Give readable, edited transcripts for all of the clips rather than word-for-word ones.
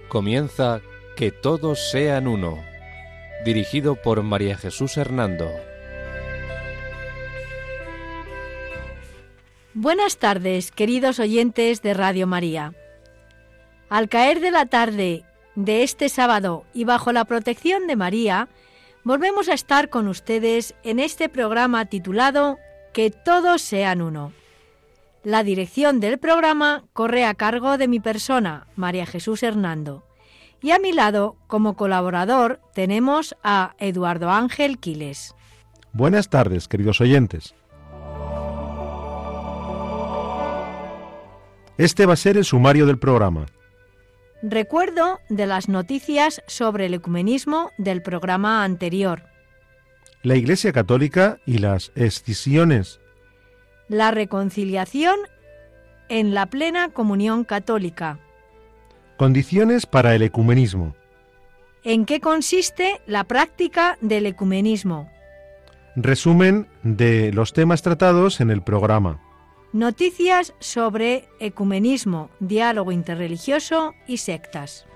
Comienza Que todos sean uno, dirigido por María Jesús Hernando. Buenas tardes, queridos oyentes de Radio María. Al caer de la tarde de este sábado y bajo la protección de María, volvemos a estar con ustedes en este programa titulado Que todos sean uno. La dirección del programa corre a cargo de mi persona, María Jesús Hernando, y a mi lado, como colaborador, tenemos a Eduardo Ángel Quiles. Buenas tardes, queridos oyentes. Este va a ser el sumario del programa. Recuerdo de las noticias sobre el ecumenismo del programa anterior. La Iglesia Católica y las escisiones. La reconciliación en la plena comunión católica. Condiciones para el ecumenismo. ¿En qué consiste la práctica del ecumenismo? Resumen de los temas tratados en el programa. Noticias sobre ecumenismo, diálogo interreligioso y sectas.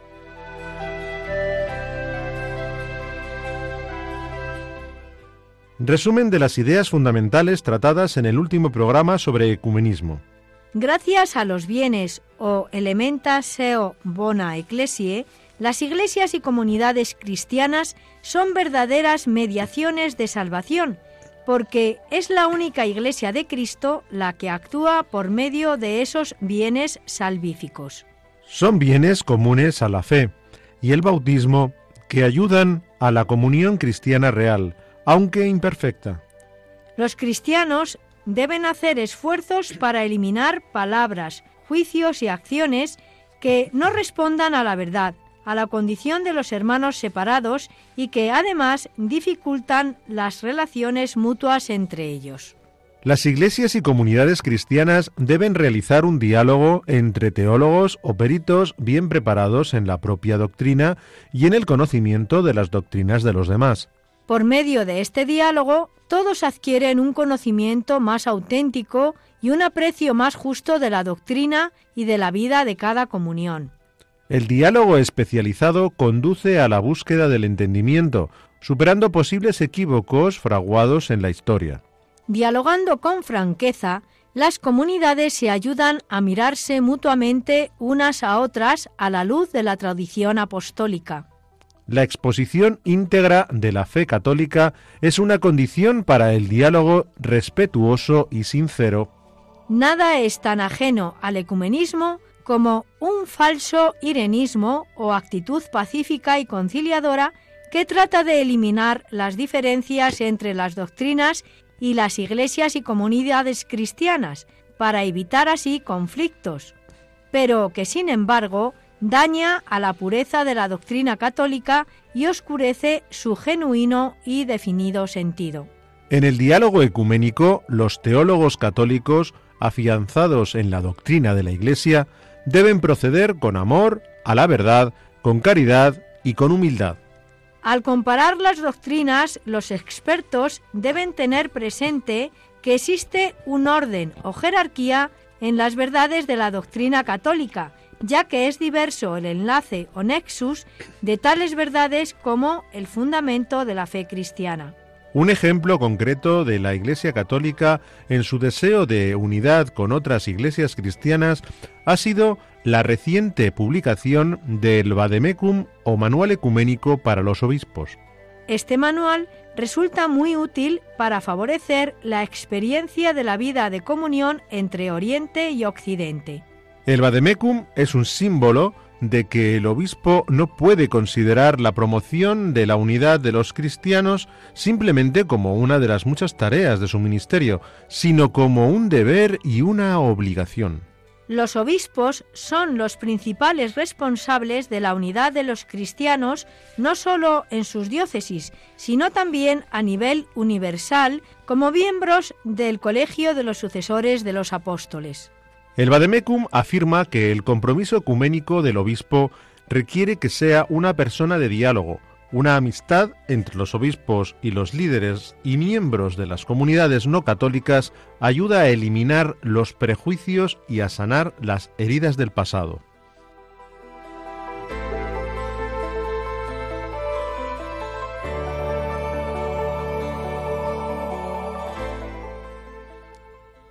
Resumen de las ideas fundamentales tratadas en el último programa sobre ecumenismo. Gracias a los bienes o elementa seu bona ecclesiae, las iglesias y comunidades cristianas son verdaderas mediaciones de salvación, porque es la única iglesia de Cristo la que actúa por medio de esos bienes salvíficos. Son bienes comunes a la fe y el bautismo que ayudan a la comunión cristiana real, aunque imperfecta. Los cristianos deben hacer esfuerzos para eliminar palabras, juicios y acciones que no respondan a la verdad, a la condición de los hermanos separados y que además dificultan las relaciones mutuas entre ellos. Las iglesias y comunidades cristianas deben realizar un diálogo entre teólogos o peritos bien preparados en la propia doctrina y en el conocimiento de las doctrinas de los demás. Por medio de este diálogo, todos adquieren un conocimiento más auténtico y un aprecio más justo de la doctrina y de la vida de cada comunión. El diálogo especializado conduce a la búsqueda del entendimiento, superando posibles equívocos fraguados en la historia. Dialogando con franqueza, las comunidades se ayudan a mirarse mutuamente unas a otras a la luz de la tradición apostólica. La exposición íntegra de la fe católica es una condición para el diálogo respetuoso y sincero. Nada es tan ajeno al ecumenismo como un falso irenismo o actitud pacífica y conciliadora que trata de eliminar las diferencias entre las doctrinas y las iglesias y comunidades cristianas para evitar así conflictos, pero que sin embargo daña a la pureza de la doctrina católica y oscurece su genuino y definido sentido. En el diálogo ecuménico, los teólogos católicos, afianzados en la doctrina de la Iglesia, deben proceder con amor a la verdad, con caridad y con humildad. Al comparar las doctrinas, los expertos deben tener presente que existe un orden o jerarquía en las verdades de la doctrina católica, ya que es diverso el enlace o nexus de tales verdades como el fundamento de la fe cristiana. Un ejemplo concreto de la Iglesia Católica en su deseo de unidad con otras iglesias cristianas ha sido la reciente publicación del Vademecum o Manual Ecuménico para los Obispos. Este manual resulta muy útil para favorecer la experiencia de la vida de comunión entre Oriente y Occidente. El Vademecum es un símbolo de que el obispo no puede considerar la promoción de la unidad de los cristianos simplemente como una de las muchas tareas de su ministerio, sino como un deber y una obligación. Los obispos son los principales responsables de la unidad de los cristianos, no solo en sus diócesis, sino también a nivel universal, como miembros del Colegio de los Sucesores de los Apóstoles. El Vademecum afirma que el compromiso ecuménico del obispo requiere que sea una persona de diálogo, una amistad entre los obispos y los líderes y miembros de las comunidades no católicas ayuda a eliminar los prejuicios y a sanar las heridas del pasado.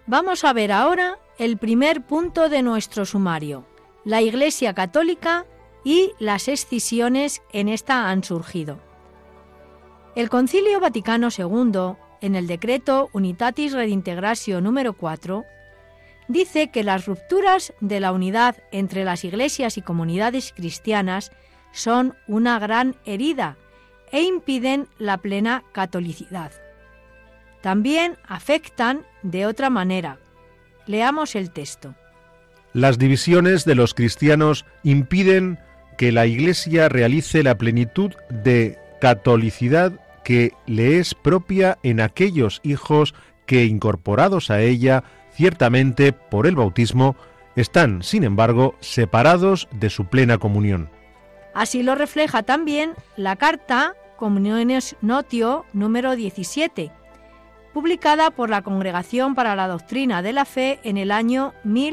Vamos a ver ahora el primer punto de nuestro sumario, la Iglesia Católica y las escisiones en esta han surgido. El Concilio Vaticano II, en el decreto Unitatis Redintegratio número 4, dice que las rupturas de la unidad entre las iglesias y comunidades cristianas son una gran herida e impiden la plena catolicidad. También afectan de otra manera. Leamos el texto. Las divisiones de los cristianos impiden que la Iglesia realice la plenitud de catolicidad que le es propia en aquellos hijos que, incorporados a ella, ciertamente por el bautismo, están, sin embargo, separados de su plena comunión. Así lo refleja también la carta Communiones Notio número 17, publicada por la Congregación para la Doctrina de la Fe en el año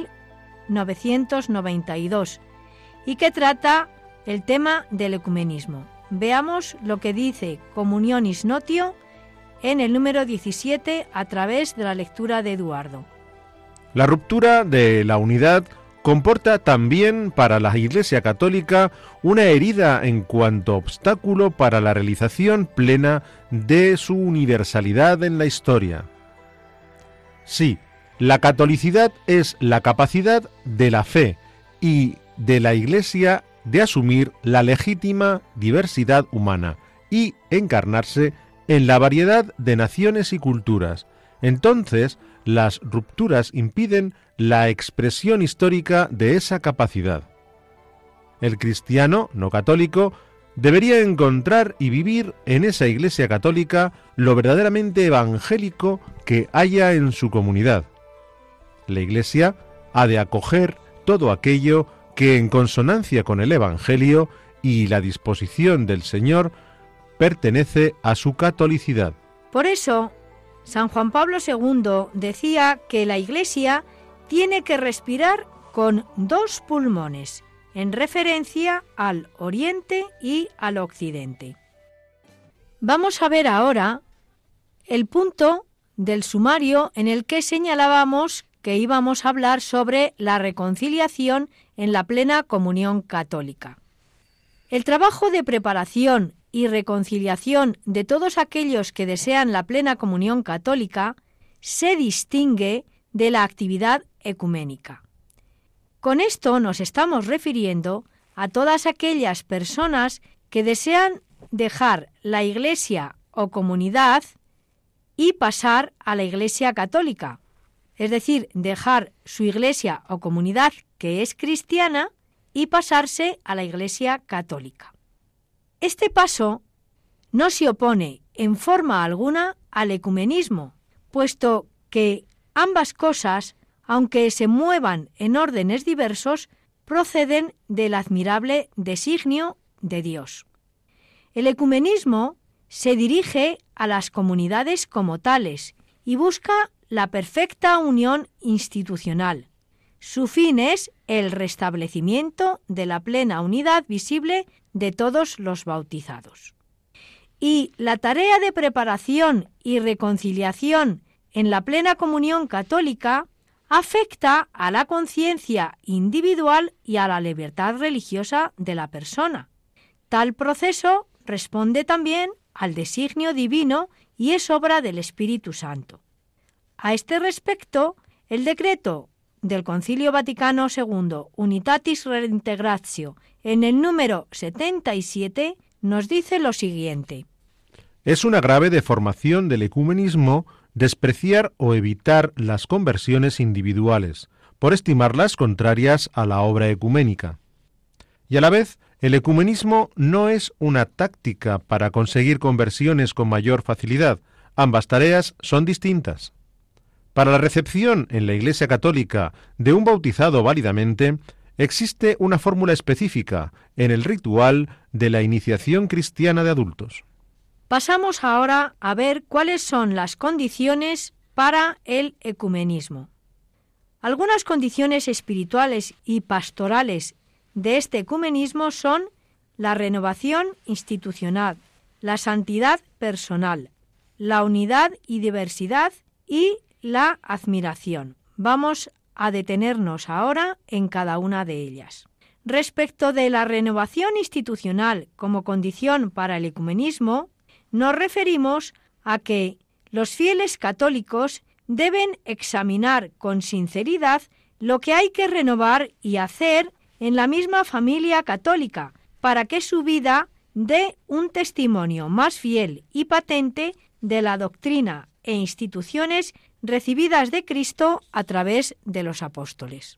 1992 y que trata el tema del ecumenismo. Veamos lo que dice Communionis Notio en el número 17 a través de la lectura de Eduardo. La ruptura de la unidad comporta también para la Iglesia Católica una herida en cuanto obstáculo para la realización plena de su universalidad en la historia. Sí, la catolicidad es la capacidad de la fe y de la Iglesia de asumir la legítima diversidad humana y encarnarse en la variedad de naciones y culturas. Entonces, las rupturas impiden la expresión histórica de esa capacidad. El cristiano no católico debería encontrar y vivir en esa Iglesia católica lo verdaderamente evangélico que haya en su comunidad. La Iglesia ha de acoger todo aquello que, en consonancia con el Evangelio y la disposición del Señor, pertenece a su catolicidad. Por eso, San Juan Pablo II decía que la Iglesia tiene que respirar con dos pulmones, en referencia al Oriente y al Occidente. Vamos a ver ahora el punto del sumario en el que señalábamos que íbamos a hablar sobre la reconciliación en la plena comunión católica. El trabajo de preparación y reconciliación de todos aquellos que desean la plena comunión católica se distingue de la actividad ecuménica. Con esto nos estamos refiriendo a todas aquellas personas que desean dejar la Iglesia o comunidad y pasar a la Iglesia católica, es decir, dejar su Iglesia o comunidad que es cristiana y pasarse a la Iglesia católica. Este paso no se opone en forma alguna al ecumenismo, puesto que ambas cosas, aunque se muevan en órdenes diversos, proceden del admirable designio de Dios. El ecumenismo se dirige a las comunidades como tales y busca la perfecta unión institucional. Su fin es el restablecimiento de la plena unidad visible de todos los bautizados. Y la tarea de preparación y reconciliación en la plena comunión católica afecta a la conciencia individual y a la libertad religiosa de la persona. Tal proceso responde también al designio divino y es obra del Espíritu Santo. A este respecto, el decreto del Concilio Vaticano II, Unitatis Redintegratio, en el número 77, nos dice lo siguiente. Es una grave deformación del ecumenismo despreciar o evitar las conversiones individuales, por estimarlas contrarias a la obra ecuménica. Y a la vez, el ecumenismo no es una táctica para conseguir conversiones con mayor facilidad. Ambas tareas son distintas. Para la recepción en la Iglesia Católica de un bautizado válidamente, existe una fórmula específica en el ritual de la iniciación cristiana de adultos. Pasamos ahora a ver cuáles son las condiciones para el ecumenismo. Algunas condiciones espirituales y pastorales de este ecumenismo son la renovación institucional, la santidad personal, la unidad y diversidad y la admiración. Vamos a detenernos ahora en cada una de ellas. Respecto de la renovación institucional como condición para el ecumenismo, nos referimos a que los fieles católicos deben examinar con sinceridad lo que hay que renovar y hacer en la misma familia católica para que su vida dé un testimonio más fiel y patente de la doctrina e instituciones recibidas de Cristo a través de los apóstoles.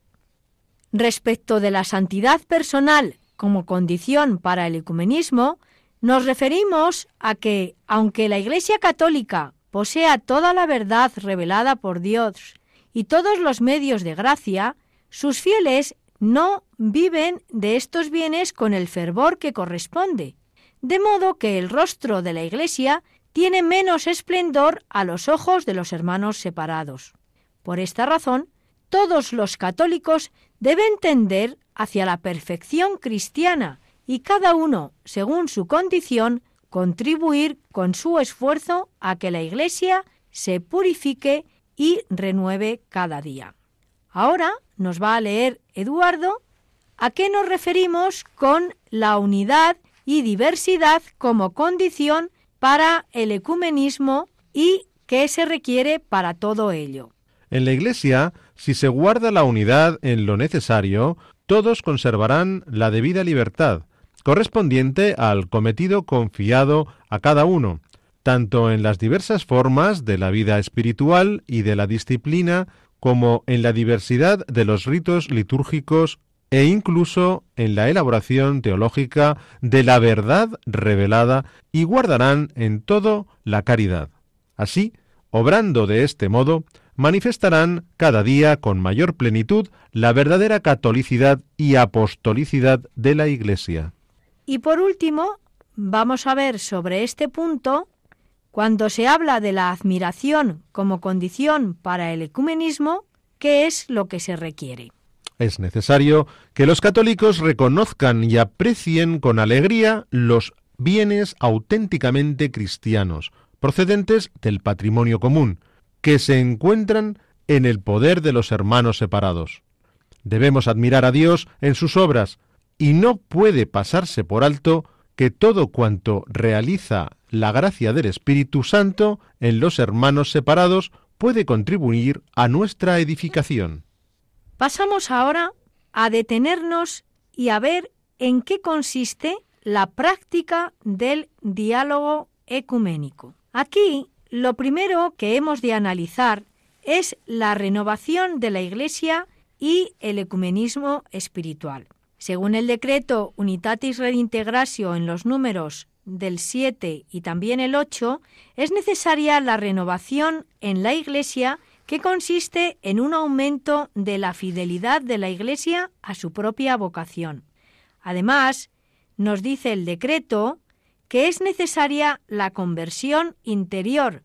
Respecto de la santidad personal como condición para el ecumenismo, nos referimos a que, aunque la Iglesia católica posea toda la verdad revelada por Dios y todos los medios de gracia, sus fieles no viven de estos bienes con el fervor que corresponde, de modo que el rostro de la Iglesia tiene menos esplendor a los ojos de los hermanos separados. Por esta razón, todos los católicos deben tender hacia la perfección cristiana y cada uno, según su condición, contribuir con su esfuerzo a que la Iglesia se purifique y renueve cada día. Ahora nos va a leer Eduardo a qué nos referimos con la unidad y diversidad como condición para el ecumenismo y qué se requiere para todo ello. En la Iglesia, si se guarda la unidad en lo necesario, todos conservarán la debida libertad, correspondiente al cometido confiado a cada uno, tanto en las diversas formas de la vida espiritual y de la disciplina, como en la diversidad de los ritos litúrgicos e incluso en la elaboración teológica de la verdad revelada, y guardarán en todo la caridad. Así, obrando de este modo, manifestarán cada día con mayor plenitud la verdadera catolicidad y apostolicidad de la Iglesia. Y por último, vamos a ver sobre este punto, cuando se habla de la admiración como condición para el ecumenismo, ¿qué es lo que se requiere? Es necesario que los católicos reconozcan y aprecien con alegría los bienes auténticamente cristianos, procedentes del patrimonio común, que se encuentran en el poder de los hermanos separados. Debemos admirar a Dios en sus obras, y no puede pasarse por alto que todo cuanto realiza la gracia del Espíritu Santo en los hermanos separados puede contribuir a nuestra edificación. Pasamos ahora a detenernos y a ver en qué consiste la práctica del diálogo ecuménico. Aquí, lo primero que hemos de analizar es la renovación de la Iglesia y el ecumenismo espiritual. Según el decreto Unitatis Redintegratio en los números del 7 y también el 8, es necesaria la renovación en la Iglesia, que consiste en un aumento de la fidelidad de la Iglesia a su propia vocación. Además, nos dice el decreto que es necesaria la conversión interior,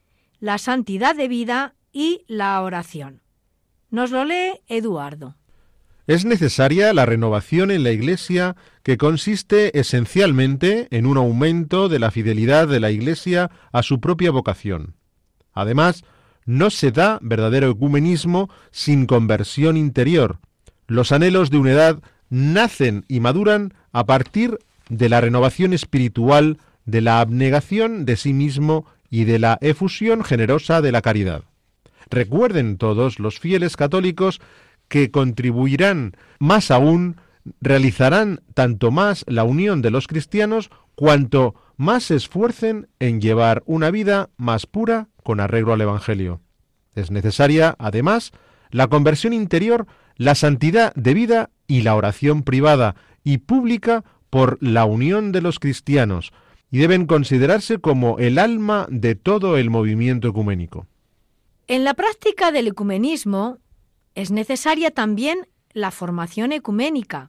la santidad de vida y la oración. Nos lo lee Eduardo. Es necesaria la renovación en la Iglesia, que consiste esencialmente en un aumento de la fidelidad de la Iglesia a su propia vocación. Además, no se da verdadero ecumenismo sin conversión interior. Los anhelos de unidad nacen y maduran a partir de la renovación espiritual, de la abnegación de sí mismo y de la efusión generosa de la caridad. Recuerden todos los fieles católicos que contribuirán más aún, realizarán tanto más la unión de los cristianos cuanto más se esfuercen en llevar una vida más pura con arreglo al Evangelio. Es necesaria, además, la conversión interior, la santidad de vida y la oración privada y pública por la unión de los cristianos, y deben considerarse como el alma de todo el movimiento ecuménico. En la práctica del ecumenismo es necesaria también la formación ecuménica,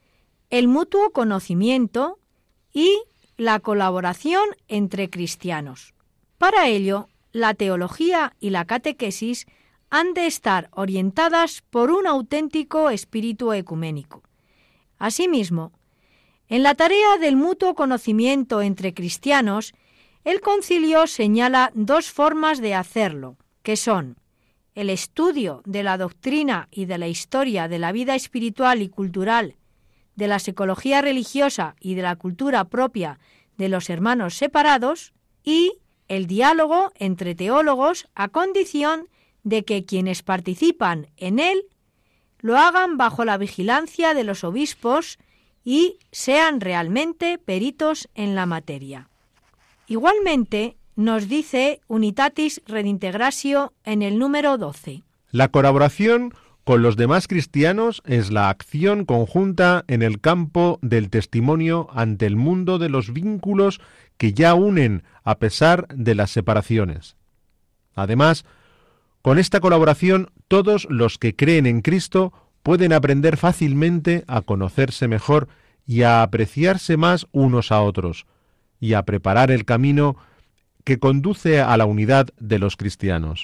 el mutuo conocimiento y la colaboración entre cristianos. Para ello, la teología y la catequesis han de estar orientadas por un auténtico espíritu ecuménico. Asimismo, en la tarea del mutuo conocimiento entre cristianos, el Concilio señala dos formas de hacerlo, que son el estudio de la doctrina y de la historia de la vida espiritual y cultural, de la psicología religiosa y de la cultura propia de los hermanos separados, y el diálogo entre teólogos a condición de que quienes participan en él lo hagan bajo la vigilancia de los obispos y sean realmente peritos en la materia. Igualmente, nos dice Unitatis Redintegratio en el número 12. La colaboración con los demás cristianos es la acción conjunta en el campo del testimonio ante el mundo de los vínculos que ya unen a pesar de las separaciones. Además, con esta colaboración, todos los que creen en Cristo pueden aprender fácilmente a conocerse mejor y a apreciarse más unos a otros, y a preparar el camino que conduce a la unidad de los cristianos.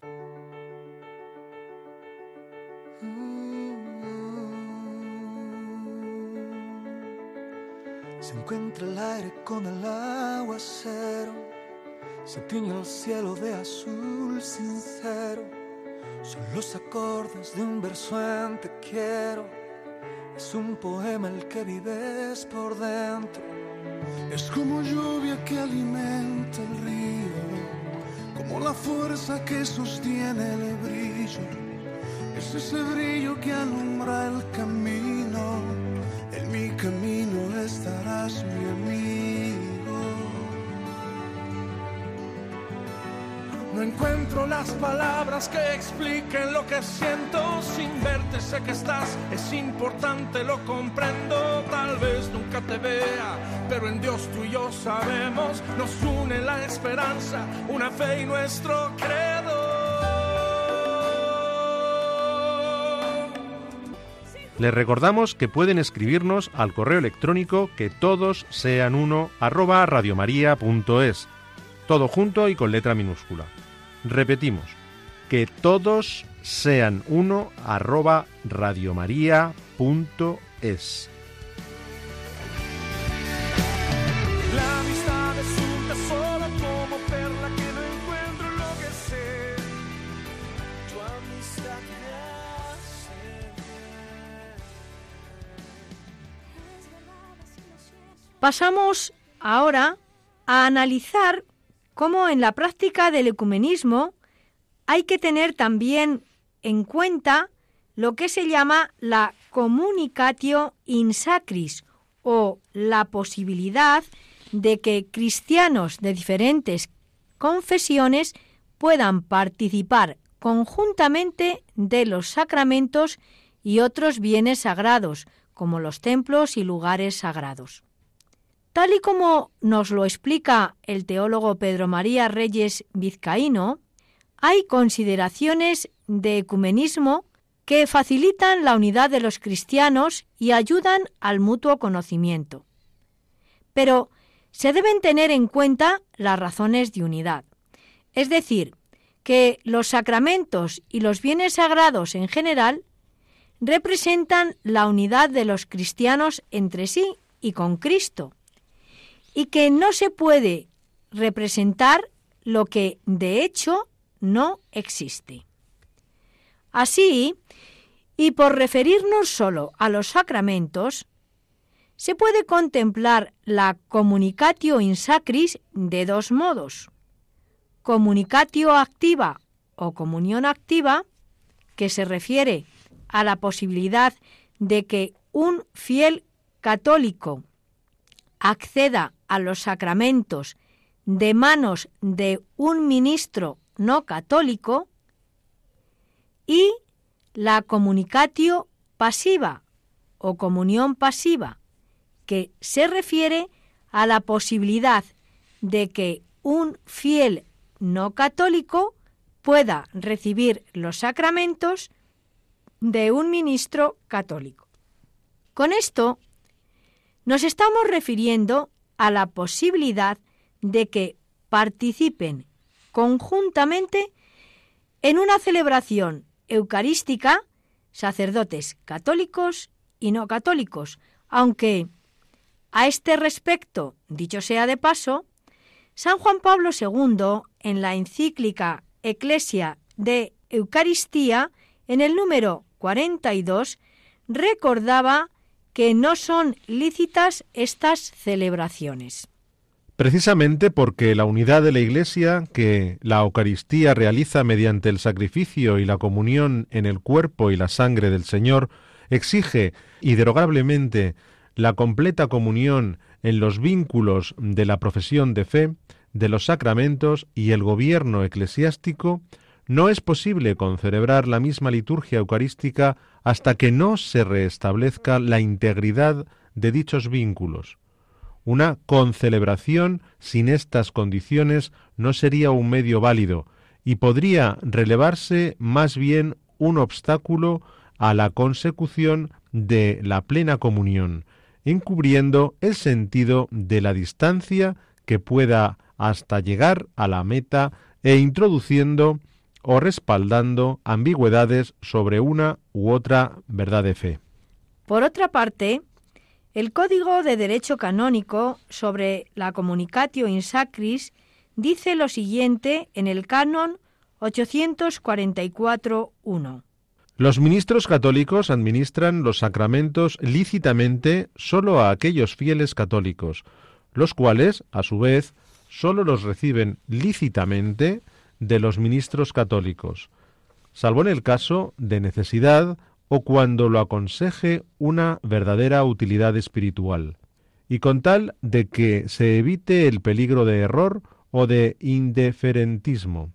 Se encuentra el aire con el aguacero, se tiñe el cielo de azul sincero, son los acordes de un verso en te quiero, es un poema el que vives por dentro. Es como lluvia que alimenta el río, como la fuerza que sostiene el brillo. Es ese brillo que alumbra el camino, en mi camino estarás mi amigo. No encuentro las palabras que expliquen lo que siento. Sin verte sé que estás, es importante, lo comprendo. Tal vez nunca te vea, pero en Dios tú y yo sabemos. Nos une la esperanza, una fe y nuestro credo. Les recordamos que pueden escribirnos al correo electrónico quetodoseanuno@radiomaria.es, todo junto y con letra minúscula. Repetimos, que todos sean uno @radiomaria.es. La amistad es un tesoro como perla que no encuentro lo que sé. Tu amistad me hace bien. Pasamos ahora a analizar cómo en la práctica del ecumenismo hay que tener también en cuenta lo que se llama la communicatio in sacris, o la posibilidad de que cristianos de diferentes confesiones puedan participar conjuntamente de los sacramentos y otros bienes sagrados, como los templos y lugares sagrados. Tal y como nos lo explica el teólogo Pedro María Reyes Vizcaíno, hay consideraciones de ecumenismo que facilitan la unidad de los cristianos y ayudan al mutuo conocimiento. Pero se deben tener en cuenta las razones de unidad, es decir, que los sacramentos y los bienes sagrados en general representan la unidad de los cristianos entre sí y con Cristo, y que no se puede representar lo que de hecho no existe. Así, y por referirnos solo a los sacramentos, se puede contemplar la communicatio in sacris de dos modos: communicatio activa o comunión activa, que se refiere a la posibilidad de que un fiel católico acceda a los sacramentos de manos de un ministro no católico, y la communicatio pasiva o comunión pasiva, que se refiere a la posibilidad de que un fiel no católico pueda recibir los sacramentos de un ministro católico. Con esto nos estamos refiriendo a la posibilidad de que participen conjuntamente en una celebración eucarística sacerdotes católicos y no católicos, aunque a este respecto, dicho sea de paso, San Juan Pablo II, en la encíclica Ecclesia de Eucaristía, en el número 42, recordaba que no son lícitas estas celebraciones. Precisamente porque la unidad de la Iglesia, que la Eucaristía realiza mediante el sacrificio y la comunión en el cuerpo y la sangre del Señor, exige inderogablemente la completa comunión en los vínculos de la profesión de fe, de los sacramentos y el gobierno eclesiástico, no es posible concelebrar la misma liturgia eucarística hasta que no se restablezca la integridad de dichos vínculos. Una concelebración sin estas condiciones no sería un medio válido y podría relevarse más bien un obstáculo a la consecución de la plena comunión, encubriendo el sentido de la distancia que pueda hasta llegar a la meta e introduciendo o respaldando ambigüedades sobre una u otra verdad de fe. Por otra parte, el Código de Derecho Canónico sobre la Communicatio in Sacris dice lo siguiente en el canon 844.1. Los ministros católicos administran los sacramentos lícitamente sólo a aquellos fieles católicos, los cuales, a su vez, sólo los reciben lícitamente de los ministros católicos, salvo en el caso de necesidad o cuando lo aconseje una verdadera utilidad espiritual, y con tal de que se evite el peligro de error o de indiferentismo.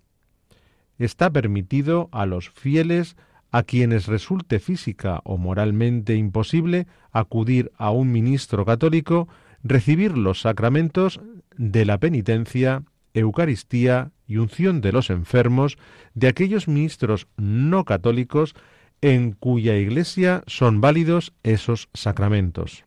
Está permitido a los fieles a quienes resulte física o moralmente imposible acudir a un ministro católico, recibir los sacramentos de la penitencia, Eucaristía y unción de los enfermos de aquellos ministros no católicos en cuya iglesia son válidos esos sacramentos.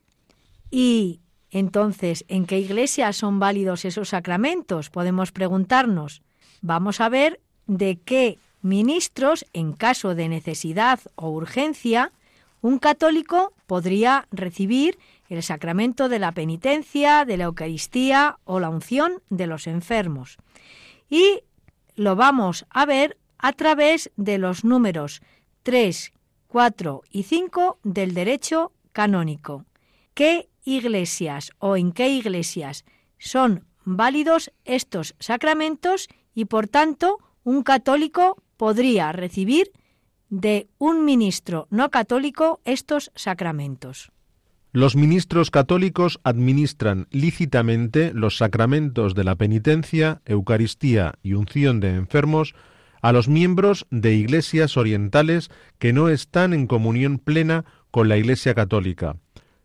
Y entonces, ¿en qué iglesia son válidos esos sacramentos? Podemos preguntarnos. Vamos a ver de qué ministros, en caso de necesidad o urgencia, un católico podría recibir el sacramento de la penitencia, de la Eucaristía o la unción de los enfermos. Y lo vamos a ver a través de los números 3, 4 y 5 del derecho canónico. ¿Qué iglesias o en qué iglesias son válidos estos sacramentos y, por tanto, un católico podría recibir de un ministro no católico estos sacramentos? Los ministros católicos administran lícitamente los sacramentos de la penitencia, Eucaristía y unción de enfermos a los miembros de iglesias orientales que no están en comunión plena con la Iglesia católica,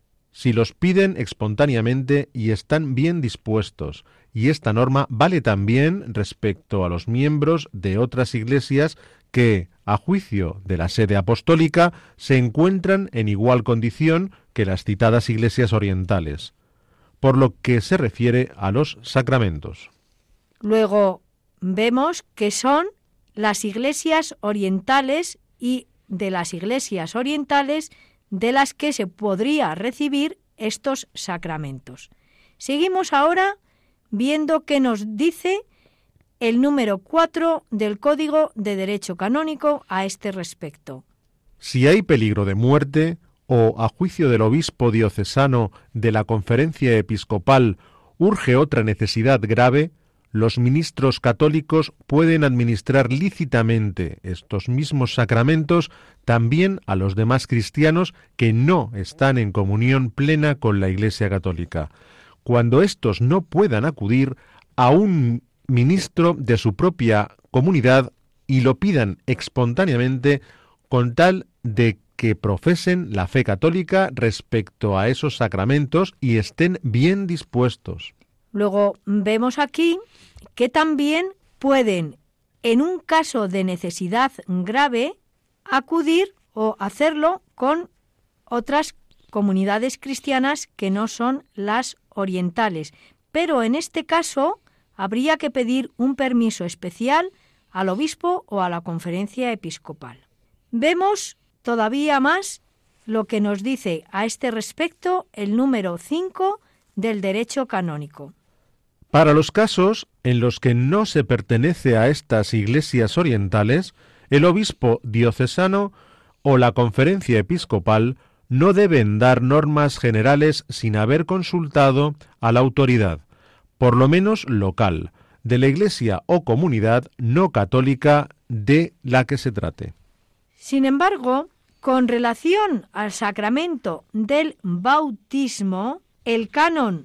si los piden espontáneamente y están bien dispuestos, y esta norma vale también respecto a los miembros de otras iglesias que, a juicio de la sede apostólica, se encuentran en igual condición que las citadas iglesias orientales, por lo que se refiere a los sacramentos. Luego vemos que son las iglesias orientales y de las iglesias orientales de las que se podría recibir estos sacramentos. Seguimos ahora viendo qué nos dice el número 4 del Código de Derecho Canónico a este respecto. Si hay peligro de muerte, o a juicio del obispo diocesano de la Conferencia Episcopal urge otra necesidad grave, los ministros católicos pueden administrar lícitamente estos mismos sacramentos también a los demás cristianos que no están en comunión plena con la Iglesia católica, cuando éstos no puedan acudir a un ministro de su propia comunidad y lo pidan espontáneamente con tal de que profesen la fe católica respecto a esos sacramentos y estén bien dispuestos. Luego vemos aquí que también pueden, en un caso de necesidad grave, acudir o hacerlo con otras comunidades cristianas que no son las orientales. Pero en este caso habría que pedir un permiso especial al obispo o a la conferencia episcopal. Vemos todavía más lo que nos dice a este respecto el número 5 del derecho canónico. Para los casos en los que no se pertenece a estas iglesias orientales, El obispo diocesano o la conferencia episcopal no deben dar normas generales sin haber consultado a la autoridad, por lo menos local, de la Iglesia o comunidad no católica de la que se trate. Sin embargo, con relación al sacramento del bautismo, el canon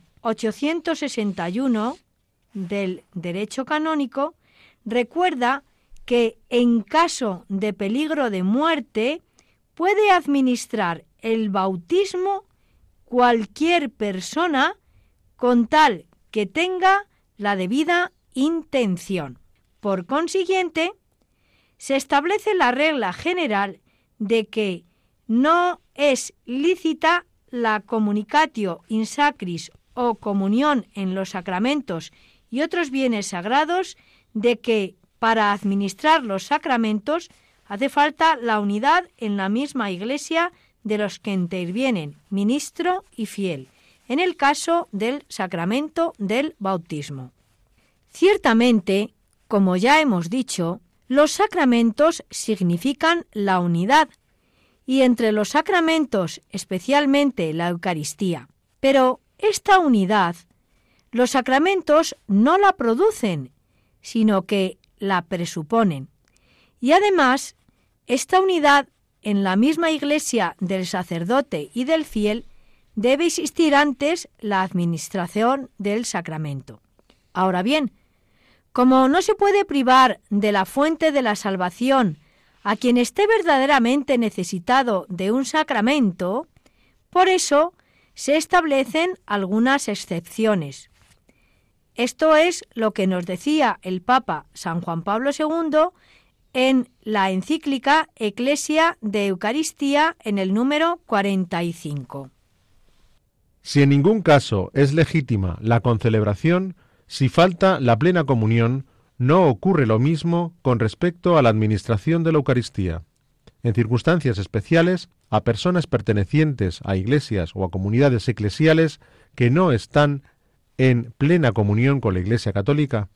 861 del derecho canónico recuerda que en caso de peligro de muerte puede administrar el bautismo cualquier persona con tal que tenga la debida intención. Por consiguiente, se establece la regla general de que no es lícita la communicatio in sacris o comunión en los sacramentos y otros bienes sagrados, de que para administrar los sacramentos hace falta la unidad en la misma Iglesia de los que intervienen, ministro y fiel, en el caso del sacramento del bautismo. Ciertamente, como ya hemos dicho, los sacramentos significan la unidad, y entre los sacramentos especialmente la Eucaristía. Pero esta unidad, los sacramentos no la producen, sino que la presuponen. Y además, esta unidad en la misma Iglesia del sacerdote y del fiel debe existir antes la administración del sacramento. Ahora bien, como no se puede privar de la fuente de la salvación a quien esté verdaderamente necesitado de un sacramento, por eso se establecen algunas excepciones. Esto es lo que nos decía el Papa San Juan Pablo II en la encíclica Ecclesia de Eucaristía en el número 45. Si en ningún caso es legítima la concelebración, si falta la plena comunión, no ocurre lo mismo con respecto a la administración de la Eucaristía. En circunstancias especiales, a personas pertenecientes a iglesias o a comunidades eclesiales que no están en plena comunión con la Iglesia católica.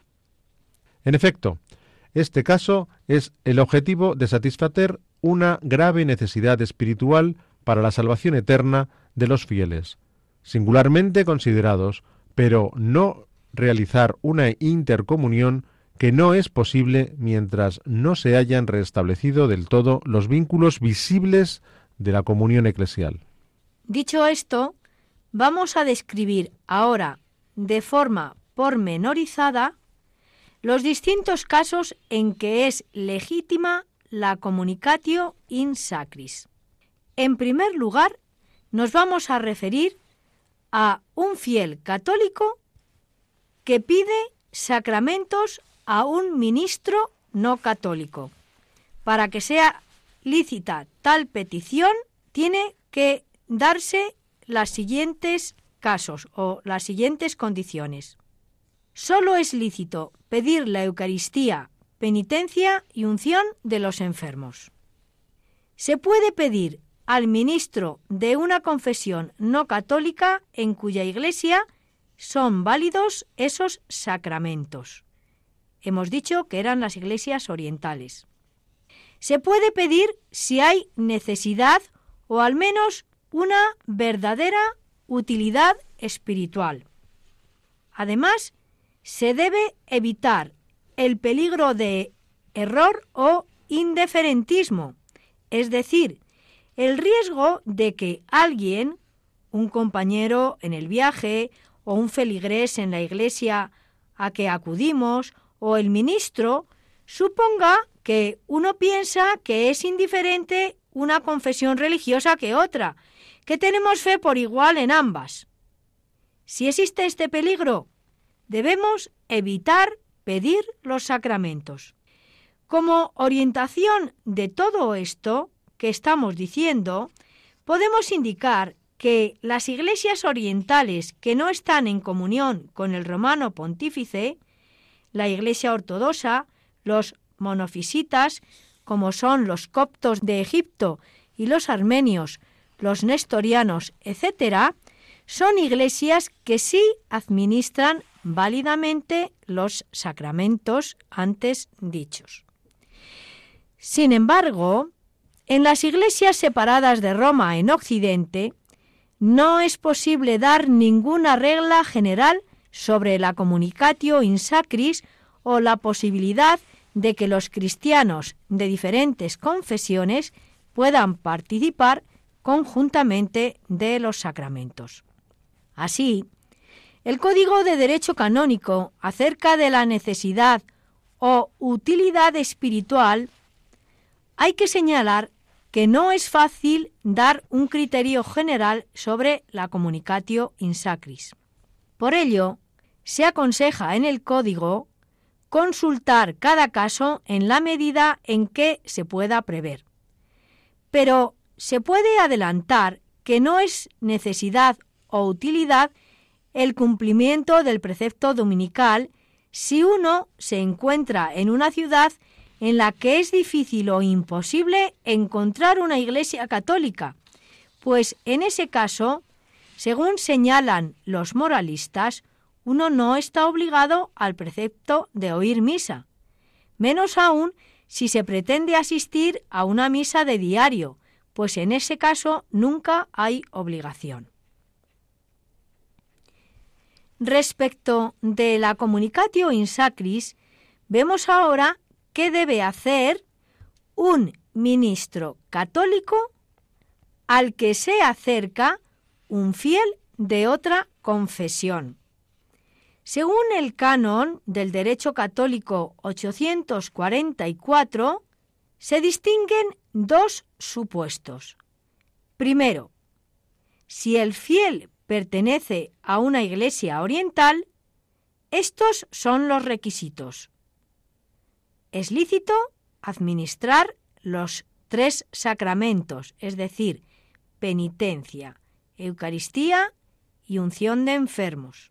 En efecto, este caso es el objetivo de satisfacer una grave necesidad espiritual para la salvación eterna de los fieles, singularmente considerados, pero no realizar una intercomunión que no es posible mientras no se hayan restablecido del todo los vínculos visibles de la comunión eclesial. Dicho esto, vamos a describir ahora de forma pormenorizada los distintos casos en que es legítima la communicatio in sacris. En primer lugar, nos vamos a referir a un fiel católico que pide sacramentos a un ministro no católico. Para que sea lícita tal petición, tiene que darse los siguientes casos o las siguientes condiciones. Solo es lícito pedir la Eucaristía, penitencia y unción de los enfermos. Se puede pedir al ministro de una confesión no católica en cuya iglesia son válidos esos sacramentos. Hemos dicho que eran las iglesias orientales. Se puede pedir si hay necesidad o al menos una verdadera utilidad espiritual. Además, se debe evitar el peligro de error o indiferentismo, es decir, el riesgo de que alguien, un compañero en el viaje o un feligrés en la iglesia a que acudimos o el ministro, suponga que uno piensa que es indiferente una confesión religiosa que otra, que tenemos fe por igual en ambas. Si existe este peligro, debemos evitar pedir los sacramentos. Como orientación de todo esto que estamos diciendo, podemos indicar que las iglesias orientales que no están en comunión con el romano pontífice, la Iglesia ortodoxa, los monofisitas, como son los coptos de Egipto y los armenios, los nestorianos, etc., son iglesias que sí administran válidamente los sacramentos antes dichos. Sin embargo, en las iglesias separadas de Roma en Occidente, no es posible dar ninguna regla general sobre la communicatio in sacris o la posibilidad de que los cristianos de diferentes confesiones puedan participar conjuntamente de los sacramentos. Así, el Código de Derecho Canónico acerca de la necesidad o utilidad espiritual, hay que señalar que no es fácil dar un criterio general sobre la communicatio in sacris. Por ello, se aconseja en el Código consultar cada caso en la medida en que se pueda prever. Pero se puede adelantar que no es necesidad o utilidad el cumplimiento del precepto dominical si uno se encuentra en una ciudad en la que es difícil o imposible encontrar una iglesia católica, pues en ese caso, según señalan los moralistas, uno no está obligado al precepto de oír misa, menos aún si se pretende asistir a una misa de diario, pues en ese caso nunca hay obligación. Respecto de la communicatio in sacris, vemos ahora qué debe hacer un ministro católico al que se acerca un fiel de otra confesión. Según el canon del Derecho Católico 844, se distinguen dos supuestos. Primero, si el fiel pertenece a una iglesia oriental, estos son los requisitos. Es lícito administrar los 3 sacramentos, es decir, penitencia, Eucaristía y unción de enfermos.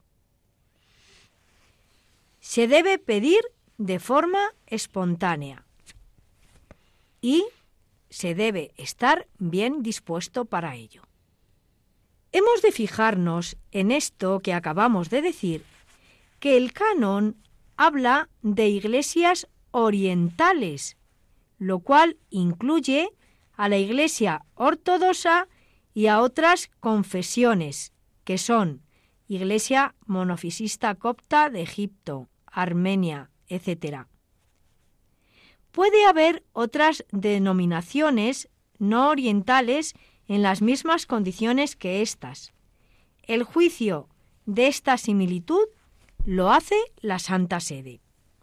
Se debe pedir de forma espontánea y se debe estar bien dispuesto para ello. Hemos de fijarnos en esto que acabamos de decir, que el canon habla de iglesias orientales, lo cual incluye a la Iglesia ortodoxa y a otras confesiones, que son Iglesia monofisista copta de Egipto, Armenia, etc. Puede haber otras denominaciones no orientales en las mismas condiciones que éstas. El juicio de esta similitud lo hace la Santa Sede.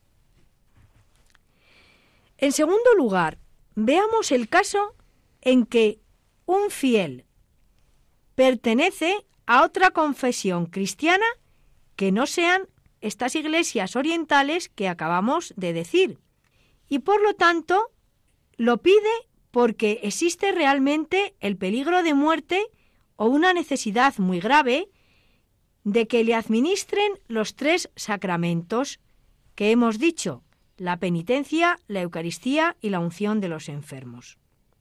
En segundo lugar, veamos el caso en que un fiel pertenece a otra confesión cristiana que no sean estas iglesias orientales que acabamos de decir, y por lo tanto lo pide porque existe realmente el peligro de muerte o una necesidad muy grave de que le administren los 3 sacramentos que hemos dicho, la penitencia, la Eucaristía y la unción de los enfermos.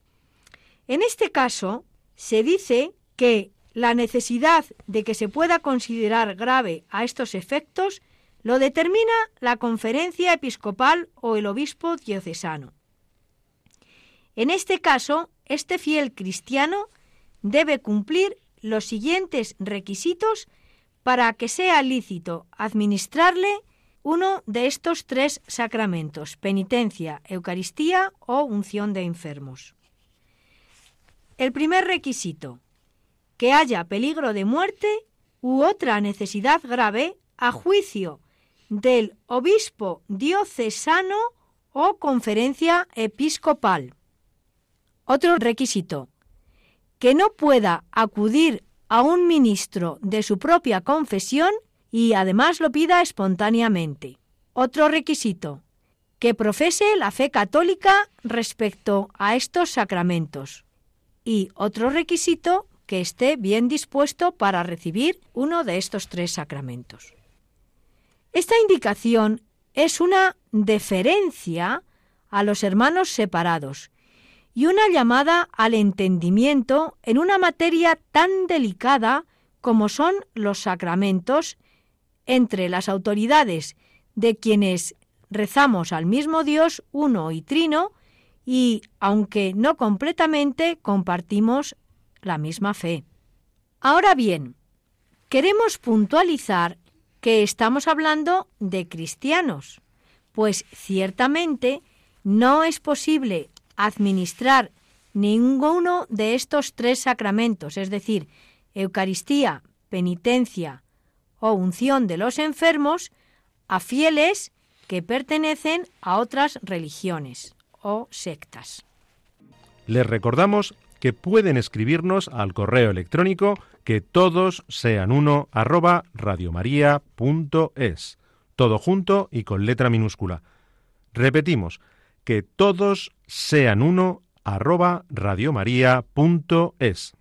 En este caso, se dice que la necesidad de que se pueda considerar grave a estos efectos lo determina la conferencia episcopal o el obispo diocesano. En este caso, este fiel cristiano debe cumplir los siguientes requisitos para que sea lícito administrarle uno de estos 3 sacramentos, penitencia, Eucaristía o unción de enfermos. El primer requisito, que haya peligro de muerte u otra necesidad grave a juicio del obispo diocesano o conferencia episcopal. Otro requisito, que no pueda acudir a un ministro de su propia confesión y además lo pida espontáneamente. Otro requisito, que profese la fe católica respecto a estos sacramentos. Y otro requisito, que esté bien dispuesto para recibir uno de estos 3 sacramentos. Esta indicación es una deferencia a los hermanos separados y una llamada al entendimiento en una materia tan delicada como son los sacramentos entre las autoridades de quienes rezamos al mismo Dios uno y trino y, aunque no completamente, compartimos la misma fe. Ahora bien, queremos puntualizar que estamos hablando de cristianos, pues ciertamente no es posible administrar ninguno de estos 3 sacramentos, es decir, Eucaristía, penitencia o unción de los enfermos, a fieles que pertenecen a otras religiones o sectas. Les recordamos que pueden escribirnos al correo electrónico que todos sean uno @radiomaria.es, todo junto y con letra minúscula. Repetimos, que todos sean uno @radiomaria.es.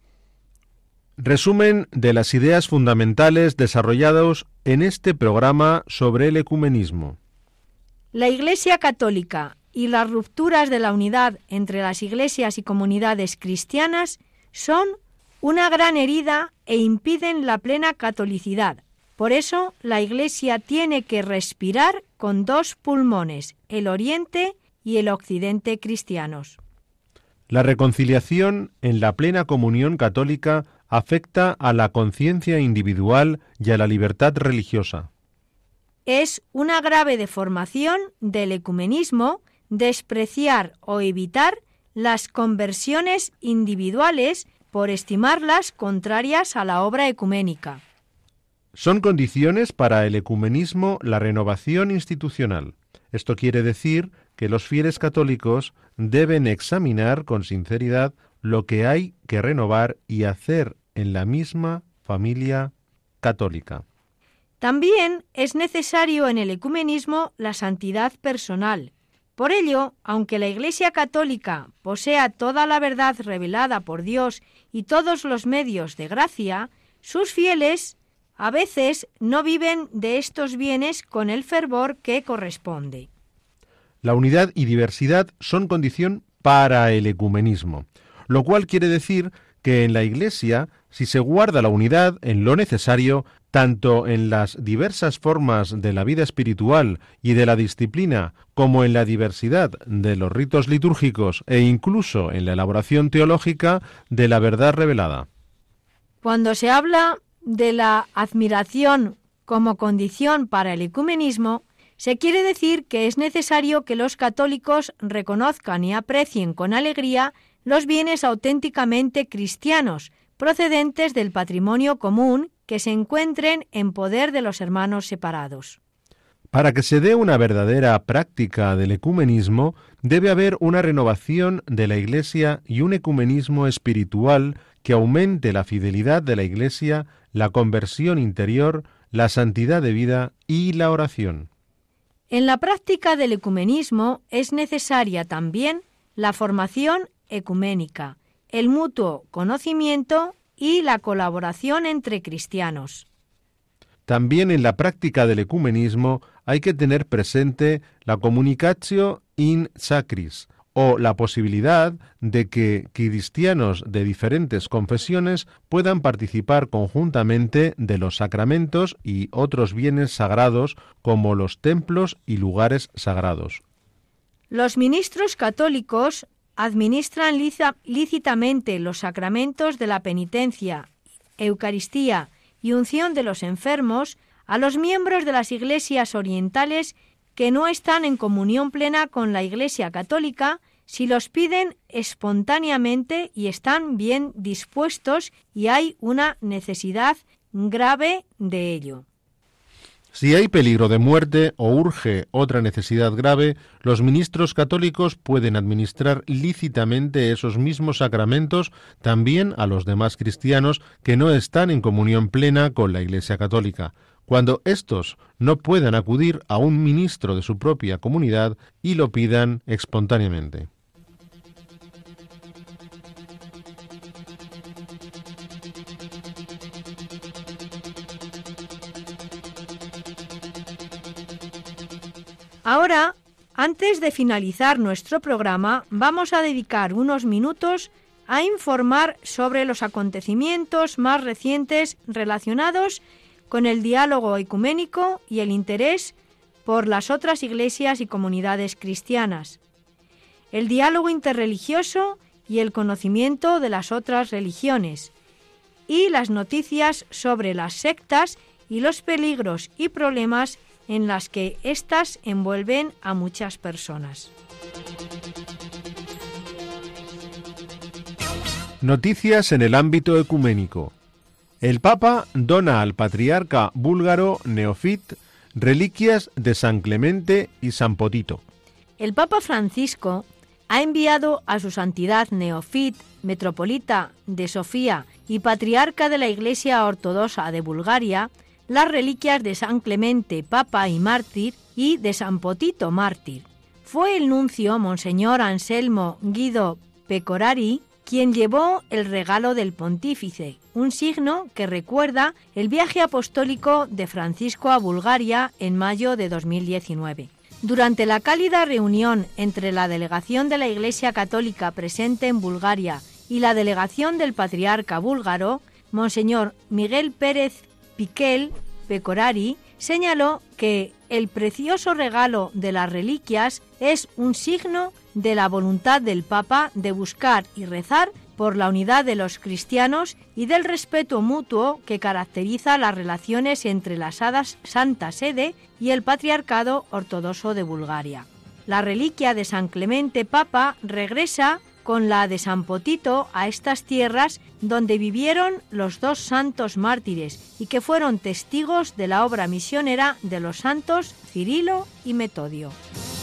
Resumen de las ideas fundamentales desarrollados en este programa sobre el ecumenismo. La Iglesia Católica y las rupturas de la unidad entre las iglesias y comunidades cristianas son una gran herida e impiden la plena catolicidad. Por eso, la Iglesia tiene que respirar con 2 pulmones, el Oriente y el Occidente cristianos. La reconciliación en la plena comunión católica afecta a la conciencia individual y a la libertad religiosa. Es una grave deformación del ecumenismo despreciar o evitar las conversiones individuales por estimarlas contrarias a la obra ecuménica. Son condiciones para el ecumenismo la renovación institucional. Esto quiere decir que los fieles católicos deben examinar con sinceridad lo que hay que renovar y hacer en la misma familia católica. También es necesario en el ecumenismo la santidad personal. Por ello, aunque la Iglesia Católica posea toda la verdad revelada por Dios y todos los medios de gracia, sus fieles a veces no viven de estos bienes con el fervor que corresponde. La unidad y diversidad son condición para el ecumenismo, lo cual quiere decir que en la Iglesia, si se guarda la unidad en lo necesario, tanto en las diversas formas de la vida espiritual y de la disciplina, como en la diversidad de los ritos litúrgicos e incluso en la elaboración teológica de la verdad revelada. Cuando se habla de la admiración como condición para el ecumenismo, se quiere decir que es necesario que los católicos reconozcan y aprecien con alegría los bienes auténticamente cristianos, procedentes del patrimonio común, que se encuentren en poder de los hermanos separados. Para que se dé una verdadera práctica del ecumenismo, debe haber una renovación de la Iglesia y un ecumenismo espiritual que aumente la fidelidad de la Iglesia, la conversión interior, la santidad de vida y la oración. En la práctica del ecumenismo es necesaria también la formación ecuménica, el mutuo conocimiento y la colaboración entre cristianos. También en la práctica del ecumenismo hay que tener presente la communicatio in sacris, o la posibilidad de que cristianos de diferentes confesiones puedan participar conjuntamente de los sacramentos y otros bienes sagrados como los templos y lugares sagrados. Los ministros católicos administran lícitamente los sacramentos de la penitencia, Eucaristía y unción de los enfermos a los miembros de las iglesias orientales que no están en comunión plena con la Iglesia Católica si los piden espontáneamente y están bien dispuestos y hay una necesidad grave de ello. Si hay peligro de muerte o urge otra necesidad grave, los ministros católicos pueden administrar lícitamente esos mismos sacramentos también a los demás cristianos que no están en comunión plena con la Iglesia Católica, cuando éstos no puedan acudir a un ministro de su propia comunidad y lo pidan espontáneamente. Ahora, antes de finalizar nuestro programa, vamos a dedicar unos minutos a informar sobre los acontecimientos más recientes relacionados con el diálogo ecuménico y el interés por las otras iglesias y comunidades cristianas. el diálogo interreligioso y el conocimiento de las otras religiones, y las noticias sobre las sectas y los peligros y problemas en las que éstas envuelven a muchas personas. Noticias en el ámbito ecuménico. El Papa dona al patriarca búlgaro Neofit reliquias de San Clemente y San Potito. El Papa Francisco ha enviado a su santidad Neofit, metropolita de Sofía y patriarca de la Iglesia Ortodoxa de Bulgaria, las reliquias de San Clemente, Papa y mártir, y de San Potito, mártir. Fue el nuncio, Monseñor Anselmo Guido Pecorari, quien llevó el regalo del pontífice, un signo que recuerda el viaje apostólico de Francisco a Bulgaria en mayo de 2019. Durante la cálida reunión entre la delegación de la Iglesia Católica presente en Bulgaria y la delegación del patriarca búlgaro, Monseñor Miguel Pérez Piquel Pecorari señaló que el precioso regalo de las reliquias es un signo de la voluntad del Papa de buscar y rezar por la unidad de los cristianos y del respeto mutuo que caracteriza las relaciones entre la Santa Sede y el Patriarcado Ortodoxo de Bulgaria. La reliquia de San Clemente Papa regresa con la de San Potito a estas tierras donde vivieron los dos santos mártires y que fueron testigos de la obra misionera de los santos Cirilo y Metodio.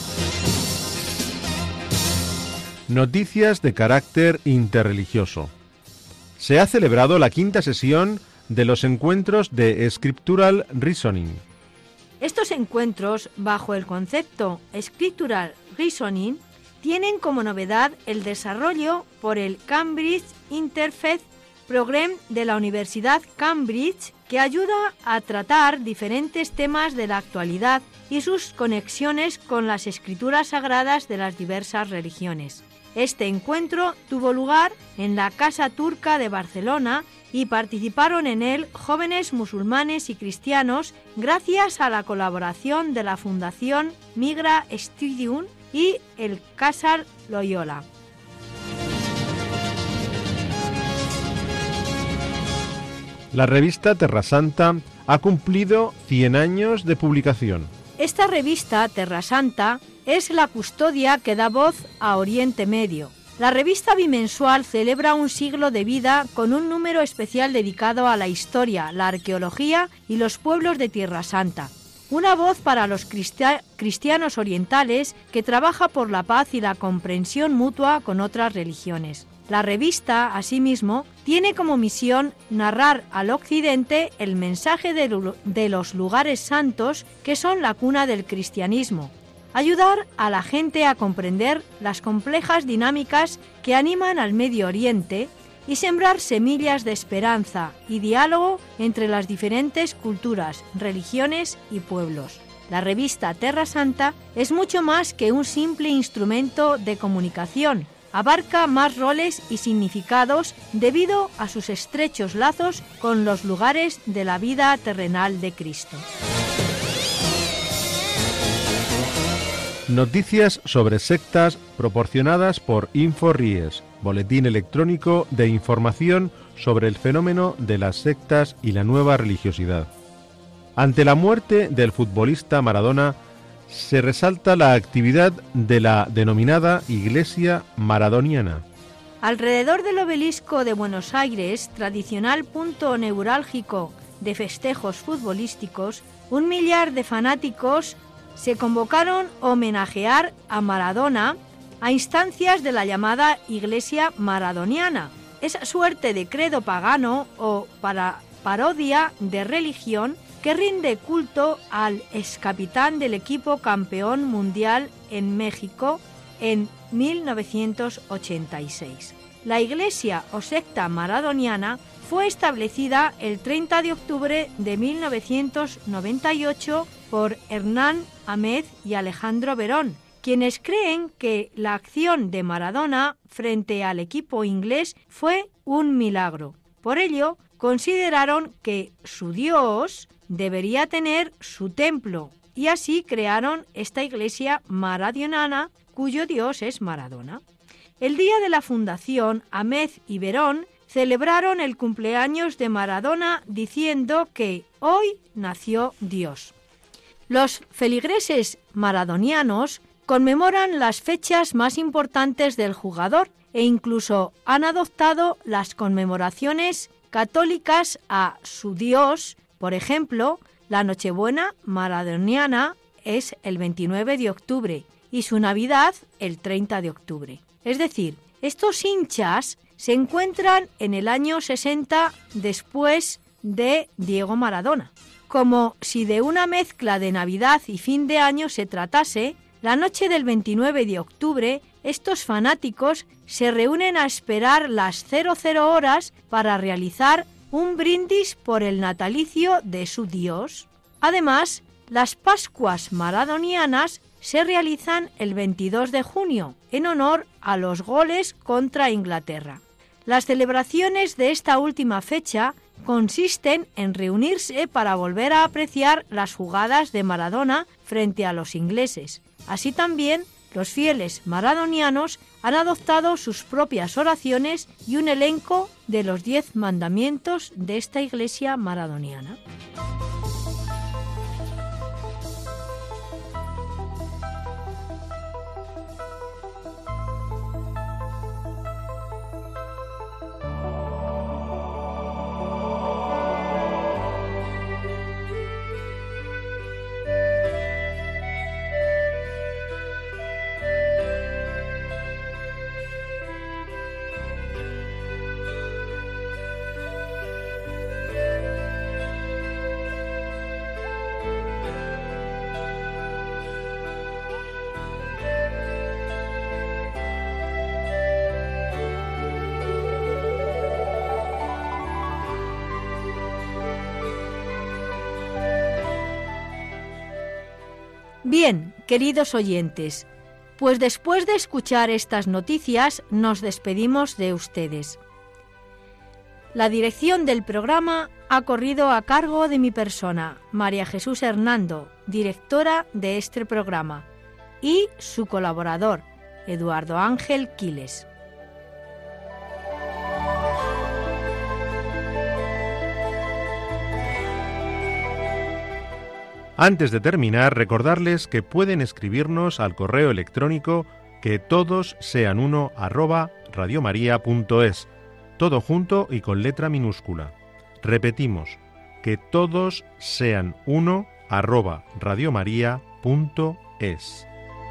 Noticias de carácter interreligioso. Se ha celebrado la 5ª sesión de los encuentros de Scriptural Reasoning. Estos encuentros, bajo el concepto Scriptural Reasoning, tienen como novedad el desarrollo por el Cambridge Interfaith Program de la Universidad Cambridge, que ayuda a tratar diferentes temas de la actualidad y sus conexiones con las escrituras sagradas de las diversas religiones. Este encuentro tuvo lugar en la Casa Turca de Barcelona y participaron en él jóvenes musulmanes y cristianos gracias a la colaboración de la Fundación Migra Studium y el Casal Loyola. La revista Terra Santa ha cumplido 100 años de publicación. Esta revista, Terra Santa, es la custodia que da voz a Oriente Medio. La revista bimensual celebra un siglo de vida con un número especial dedicado a la historia, la arqueología y los pueblos de Tierra Santa. Una voz para los cristianos orientales que trabaja por la paz y la comprensión mutua con otras religiones. La revista, asimismo, tiene como misión narrar al occidente el mensaje de los lugares santos que son la cuna del cristianismo, ayudar a la gente a comprender las complejas dinámicas que animan al Medio Oriente y sembrar semillas de esperanza y diálogo entre las diferentes culturas, religiones y pueblos. La revista Terra Santa es mucho más que un simple instrumento de comunicación. Abarca más roles y significados debido a sus estrechos lazos con los lugares de la vida terrenal de Cristo. Noticias sobre sectas proporcionadas por InfoRies, boletín electrónico de información sobre el fenómeno de las sectas y la nueva religiosidad. Ante la muerte del futbolista Maradona, se resalta la actividad de la denominada Iglesia Maradoniana. Alrededor del obelisco de Buenos Aires, tradicional punto neurálgico de festejos futbolísticos, 1 millar de fanáticos se convocaron a homenajear a Maradona a instancias de la llamada Iglesia Maradoniana, esa suerte de credo pagano o parodia de religión que rinde culto al excapitán del equipo campeón mundial en México en 1986. La iglesia o secta maradoniana fue establecida el 30 de octubre de 1998 por Hernán Améz y Alejandro Verón, quienes creen que la acción de Maradona frente al equipo inglés fue un milagro. Por ello, consideraron que su Dios debería tener su templo y así crearon esta iglesia maradoniana cuyo dios es Maradona. El día de la fundación, Améz y Verón celebraron el cumpleaños de Maradona diciendo que hoy nació Dios. Los feligreses maradonianos conmemoran las fechas más importantes del jugador e incluso han adoptado las conmemoraciones católicas a su dios. Por ejemplo, la Nochebuena maradoniana es el 29 de octubre y su Navidad el 30 de octubre. Es decir, estos hinchas se encuentran en el año 60 después de Diego Maradona. Como si de una mezcla de Navidad y fin de año se tratase, la noche del 29 de octubre, estos fanáticos se reúnen a esperar las 00 horas para realizar un brindis por el natalicio de su dios. Además, las Pascuas maradonianas se realizan el 22 de junio, en honor a los goles contra Inglaterra. Las celebraciones de esta última fecha consisten en reunirse para volver a apreciar las jugadas de Maradona frente a los ingleses. Así también, los fieles maradonianos han adoptado sus propias oraciones y un elenco de los 10 mandamientos de esta iglesia maradoniana. Bien, queridos oyentes, pues después de escuchar estas noticias nos despedimos de ustedes. La dirección del programa ha corrido a cargo de mi persona, María Jesús Hernando, directora de este programa, y su colaborador, Eduardo Ángel Quiles. Antes de terminar, recordarles que pueden escribirnos al correo electrónico quetodosseanuno@radiomaria.es, todo junto y con letra minúscula. Repetimos, quetodosseanuno@radiomaria.es.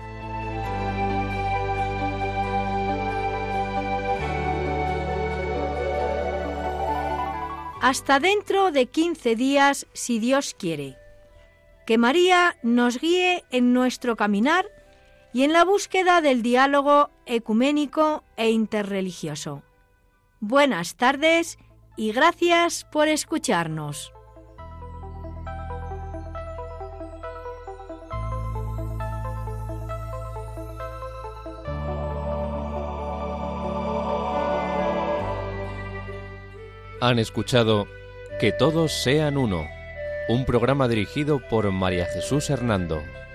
Hasta dentro de 15 días, si Dios quiere. Que María nos guíe en nuestro caminar y en la búsqueda del diálogo ecuménico e interreligioso. Buenas tardes y gracias por escucharnos. Han escuchado Que todos sean uno, un programa dirigido por María Jesús Hernando.